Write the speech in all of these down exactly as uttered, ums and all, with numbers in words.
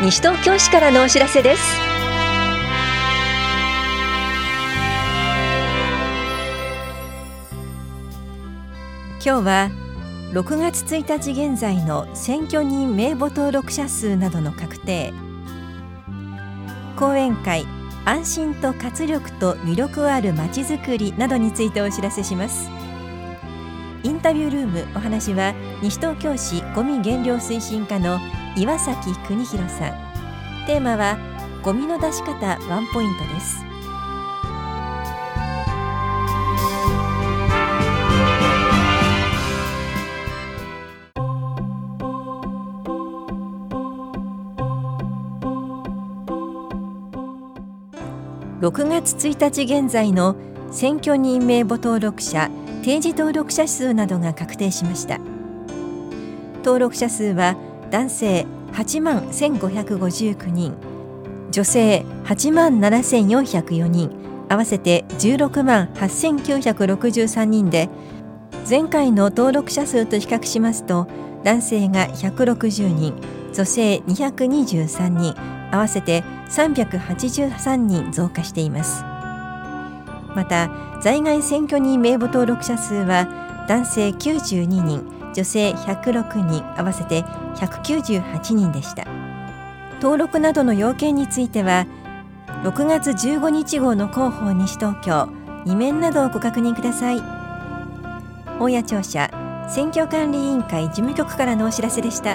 西東京市からのお知らせです。今日はろくがつついたち現在の選挙人名簿登録者数などの確定、講演会、安心と活力と魅力あるまちづくりなどについてお知らせします。インタビュールーム、お話は西東京市ゴミ減量推進課の岩崎邦弘さん。テーマはゴミの出し方ワンポイントです。ろくがつついたち現在の選挙人名簿登録者、定時登録者数などが確定しました。登録者数は男性はちまんせんごひゃくごじゅうきゅうにん、女性はちまんななせんよんひゃくよにん、合わせてじゅうろくまんはっせんきゅうひゃくろくじゅうさんにんで、前回の登録者数と比較しますと、男性がひゃくろくじゅうにん、女性にひゃくにじゅうさんにん、合わせてさんびゃくはちじゅうさんにん増加しています。また、在外選挙人名簿登録者数は男性きゅうじゅうににん、女性ひゃくろくにん、合わせてひゃくきゅうじゅうはちにんでした。登録などの要件については、ろくがつじゅうごにち号の広報西東京に面などをご確認ください。大谷庁舎選挙管理委員会事務局からのお知らせでした。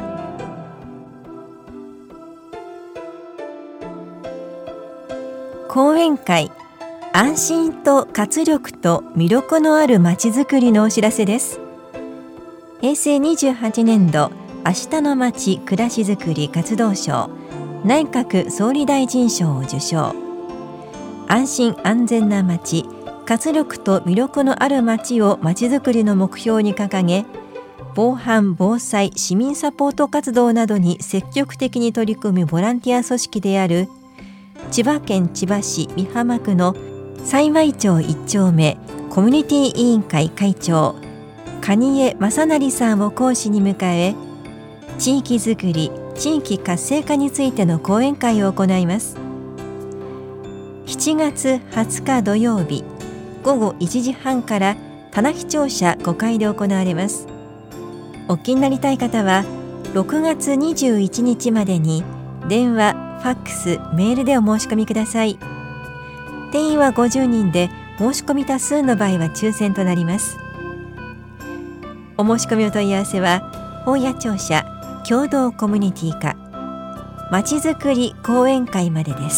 講演会、安心と活力と魅力のあるまちづくりのお知らせです。へいせいにじゅうはちねんど明日のまち暮らしづくり活動賞、内閣総理大臣賞を受賞。安心安全なまち、活力と魅力のあるまちをまちづくりの目標に掲げ、防犯・防災・市民サポート活動などに積極的に取り組むボランティア組織である千葉県千葉市美浜区の幸町いっ丁目コミュニティ委員会会長、蟹江正成さんを講師に迎え、地域づくり、地域活性化についての講演会を行います。しちがつはつか土曜日ごごいちじはんから棚視聴者ごかいで行われます。お聞きになりたい方はろくがつにじゅういちにちまでに電話、ファックス、メールでお申し込みください。定員はごじゅうにんで、申し込み多数の場合は抽選となります。お申し込みお問い合わせは大谷庁舎共同コミュニティ課まちづくり講演会までです。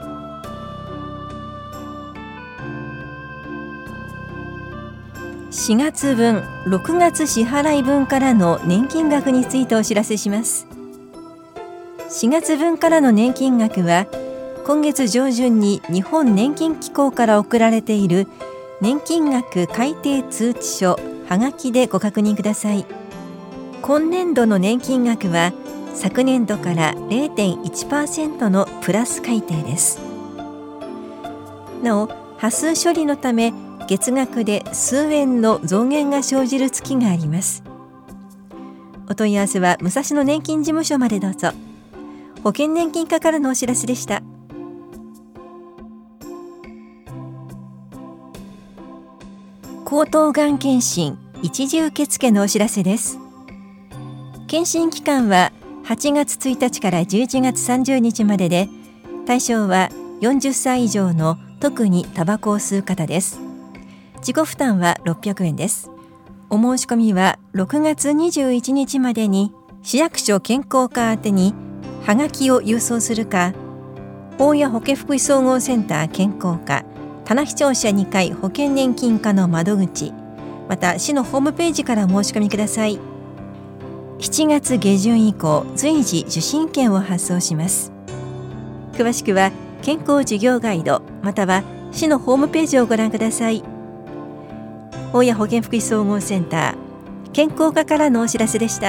しがつぶん、ろくがつ支払い分からの年金額についてお知らせします。しがつぶんからの年金額は、今月上旬に日本年金機構から送られている年金額改定通知書はがきでご確認ください。今年度の年金額は昨年度から れいてんいちパーセント のプラス改定です。なお、波数処理のため月額で数円の増減が生じる月があります。お問い合わせは武蔵野年金事務所までどうぞ。保険年金課からのお知らせでした。口頭がん検診一時受付のお知らせです。検診期間ははちがつついたちからじゅういちがつさんじゅうにちまでで、対象はよんじゅっさい以上の特にタバコを吸う方です。自己負担はろっぴゃくえんです。お申し込みはろくがつにじゅういちにちまでに市役所健康課宛てにはがきを郵送するか、大谷保健福祉総合センター健康課棚視聴者にかい保険年金課の窓口、また市のホームページから申し込みください。しちがつげじゅん以降、随時受診券を発送します。詳しくは健康事業ガイドまたは市のホームページをご覧ください。大谷保健福祉総合センター健康課からのお知らせでした。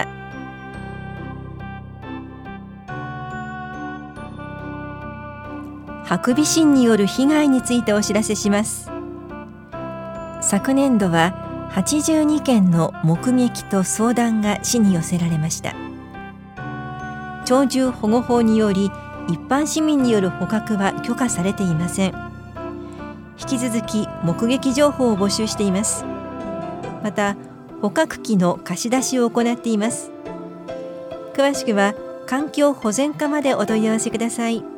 ハクビシンによる被害についてお知らせします。昨年度ははちじゅうにけんの目撃と相談が市に寄せられました。 鳥獣保護法により一般市民による捕獲は許可されていません。引き続き目撃情報を募集しています。また捕獲器の貸し出しを行っています。詳しくは環境保全課までお問い合わせください。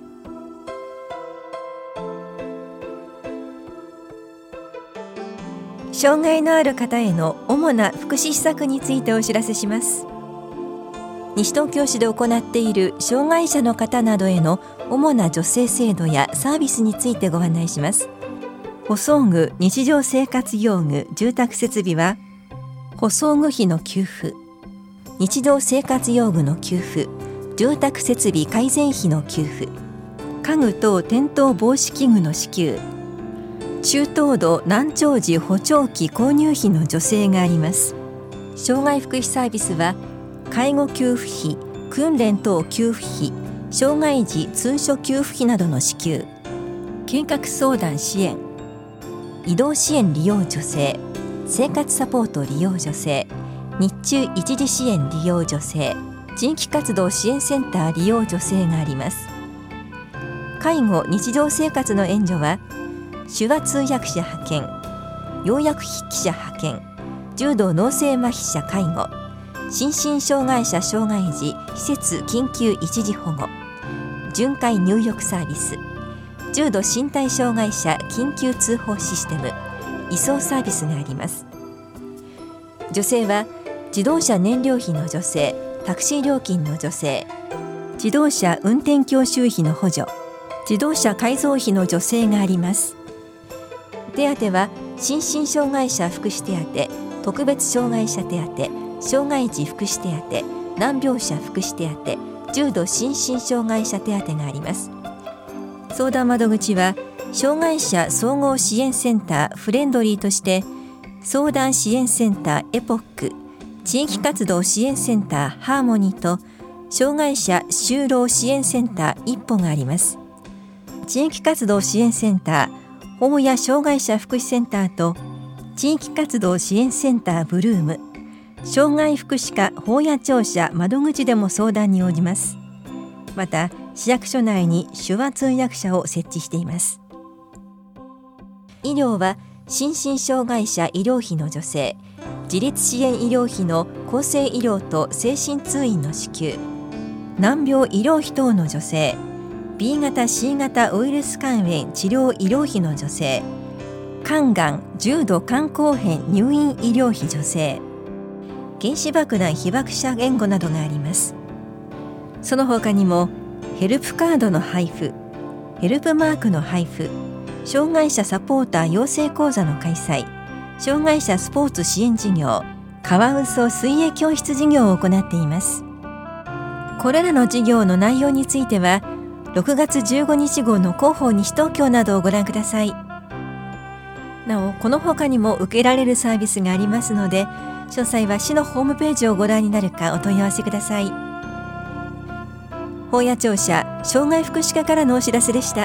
障害のある方への主な福祉施策についてお知らせします。西東京市で行っている障害者の方などへの主な助成制度やサービスについてご案内します。補装具日常生活用具住宅設備は補装具費の給付、日常生活用具の給付、住宅設備改善費の給付、家具等転倒防止器具の支給、中等度難聴児補聴器購入費の助成があります。障害福祉サービスは介護給付費、訓練等給付費、障害児通所給付費などの支給、計画相談支援、移動支援利用助成、生活サポート利用助成、日中一時支援利用助成、地域活動支援センター利用助成があります。介護日常生活の援助は手話通訳者派遣、要約筆記者派遣、重度脳性麻痺者介護、心身障害者障害児施設緊急一時保護、巡回入浴サービス、重度身体障害者緊急通報システム、移送サービスがあります。助成は自動車燃料費の助成、タクシー料金の助成、自動車運転教習費の補助、自動車改造費の助成があります。手当は心身障害者福祉手当、特別障害者手当、障害児福祉手当、難病者福祉手当、重度心身障害者手当があります。相談窓口は障害者総合支援センターフレンドリーとして相談支援センターエポック、地域活動支援センターハーモニーと障害者就労支援センター一歩があります。地域活動支援センター保護や障害者福祉センターと地域活動支援センターブルーム、障害福祉課保谷庁舎窓口でも相談に応じます。また市役所内に手話通訳者を設置しています。医療は心身障害者医療費の助成、自立支援医療費の厚生医療と精神通院の支給、難病医療費等の助成、ビー 型 シー 型ウイルス肝炎治療医療費の助成、肝がん重度肝硬変入院医療費助成、原子爆弾被爆者援護などがあります。その他にもヘルプカードの配布、ヘルプマークの配布、障害者サポーター養成講座の開催、障害者スポーツ支援事業、カワウソ水泳教室事業を行っています。これらの事業の内容についてはろくがつじゅうごにち号の広報西東京などをご覧ください。なおこの他にも受けられるサービスがありますので、詳細は市のホームページをご覧になるかお問い合わせください。保谷庁舎障害福祉課からのお知らせでした。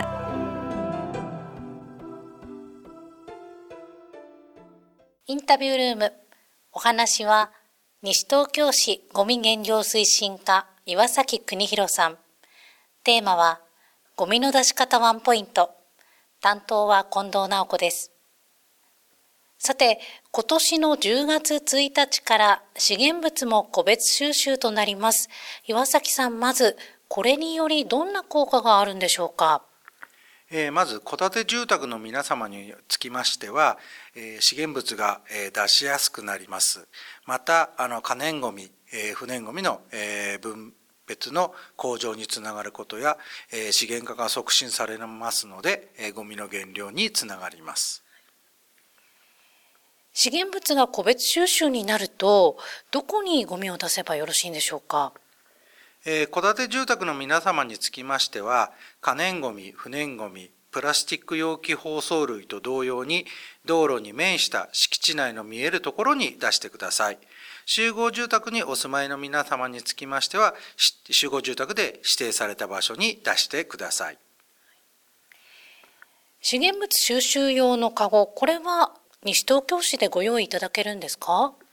インタビュールーム、お話は西東京市ごみ減量推進課岩崎邦弘さん。テーマはゴミの出し方ワンポイント。担当は近藤直子です。さて、今年のじゅうがつついたちから資源物も個別収集となります。岩崎さん、まずこれによりどんな効果があるんでしょうか。 えー、まず戸建て住宅の皆様につきましては、えー、資源物が、えー、出しやすくなります。またあの可燃ごみ、えー、不燃ごみの、えー、分別の向上につながることや、えー、資源化が促進されますので、えー、ゴミの減量につながります。 資源物が個別収集になると、どこにゴミを出せばよろしいんでしょうか。 えー、戸建て住宅の皆様につきましては、可燃ごみ、不燃ごみ、プラスチック容器包装類と同様に道路に面した敷地内の見えるところに出してください。集合住宅にお住まいの皆様につきましては、集合住宅で指定された場所に出してください。 資源物収集用のカゴ、これは西東京市でご用意いただけるんですか。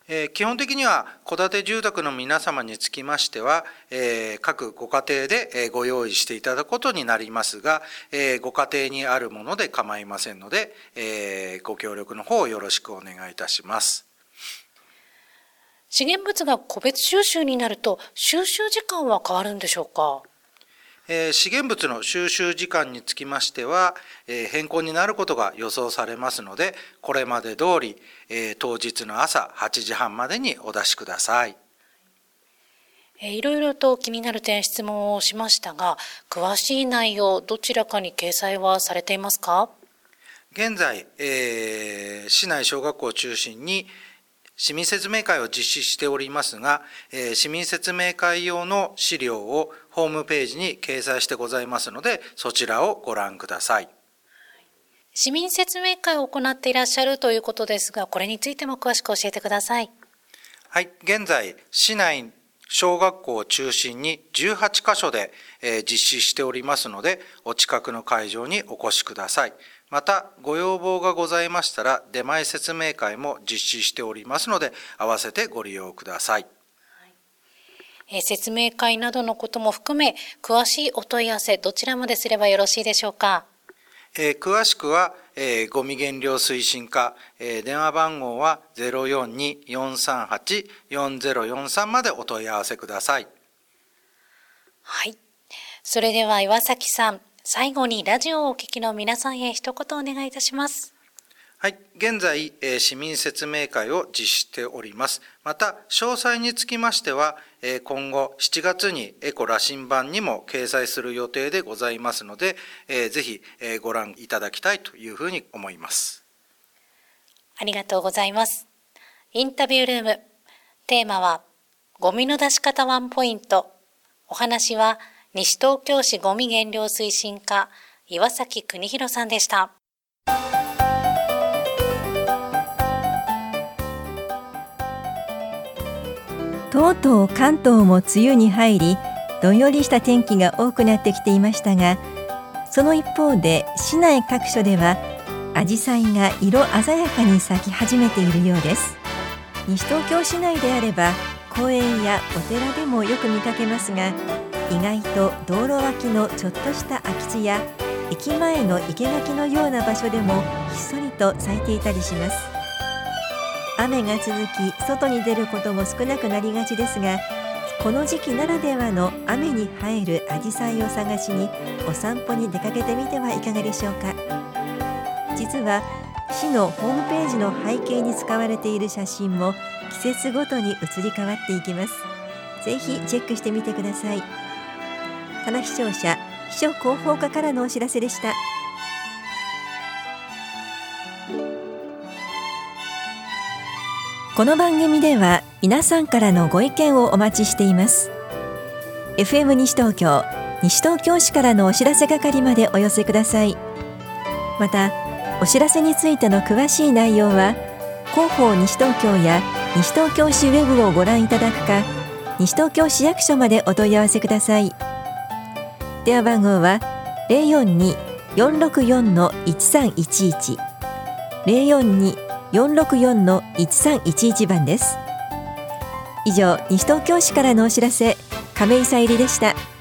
えー、基本的には戸建て住宅の皆様につきましては、えー、各ご家庭で、えー、ご用意していただくことになりますが、えー、ご家庭にあるもので構いませんので、えー、ご協力の方をよろしくお願いいたします。 資源物が個別収集になると収集時間は変わるんでしょうか？ えー、資源物の収集時間につきましては、えー、変更になることが予想されますので、これまで通り、えー、当日の朝はちじはんまでにお出しください。 えー、いろいろと気になる点質問をしましたが、詳しい内容どちらかに掲載はされていますか？ 現在、えー、市内小学校を中心に市民説明会を実施しておりますが、えー、市民説明会用の資料をホームページに掲載してございますので、そちらをご覧ください。 市民説明会を行っていらっしゃるということですが、これについても詳しく教えてください。 はい、現在市内小学校を中心にじゅうはちかしょで、えー、実施しておりますので、お近くの会場にお越しください。またご要望がございましたら出前説明会も実施しておりますので、合わせてご利用ください。 はい、えー、説明会などのことも含め詳しいお問い合わせどちらまですればよろしいでしょうか？ えー、詳しくは、えー、ゴミ減量推進課、えー、電話番号は ゼロよんに よんさんはち よんゼロよんさん までお問い合わせください。 はい、それでは岩崎さん、最後にラジオをお聞きの皆さんへ一言お願いいたします。 はい、現在、えー、市民説明会を実施しております。また詳細につきましては、えー、今後しちがつにエコ羅針盤にも掲載する予定でございますので、えー、ぜひ、えー、ご覧いただきたいというふうに思います。 ありがとうございます。インタビュールーム、テーマはゴミの出し方ワンポイント。お話は西東京市ゴミ減量推進課岩崎邦弘さんでした。 とうとう関東も梅雨に入り、どんよりした天気が多くなってきていましたが、その一方で市内各所ではアジサイが色鮮やかに咲き始めているようです。西東京市内であれば公園やお寺でもよく見かけますが、意外と道路脇のちょっとした空き地や駅前の生垣のような場所でもひっそりと咲いていたりします。雨が続き外に出ることも少なくなりがちですが、この時期ならではの雨に映えるアジサイを探しにお散歩に出かけてみてはいかがでしょうか。実は市のホームページの背景に使われている写真も季節ごとに移り変わっていきます。ぜひチェックしてみてください。花視聴者秘書広報課からのお知らせでした。この番組では皆さんからのご意見をお待ちしています。 エフエム 西東京西東京市からのお知らせ係までお寄せください。またお知らせについての詳しい内容は広報西東京や西東京市ウェブをご覧いただくか、西東京市役所までお問い合わせください。電話番号は ゼロよんに よんろくよん いちさんいちいち ゼロよんに よんろくよん いちさんいちいち 番です。以上、西東京市からのお知らせ、亀井さゆりでした。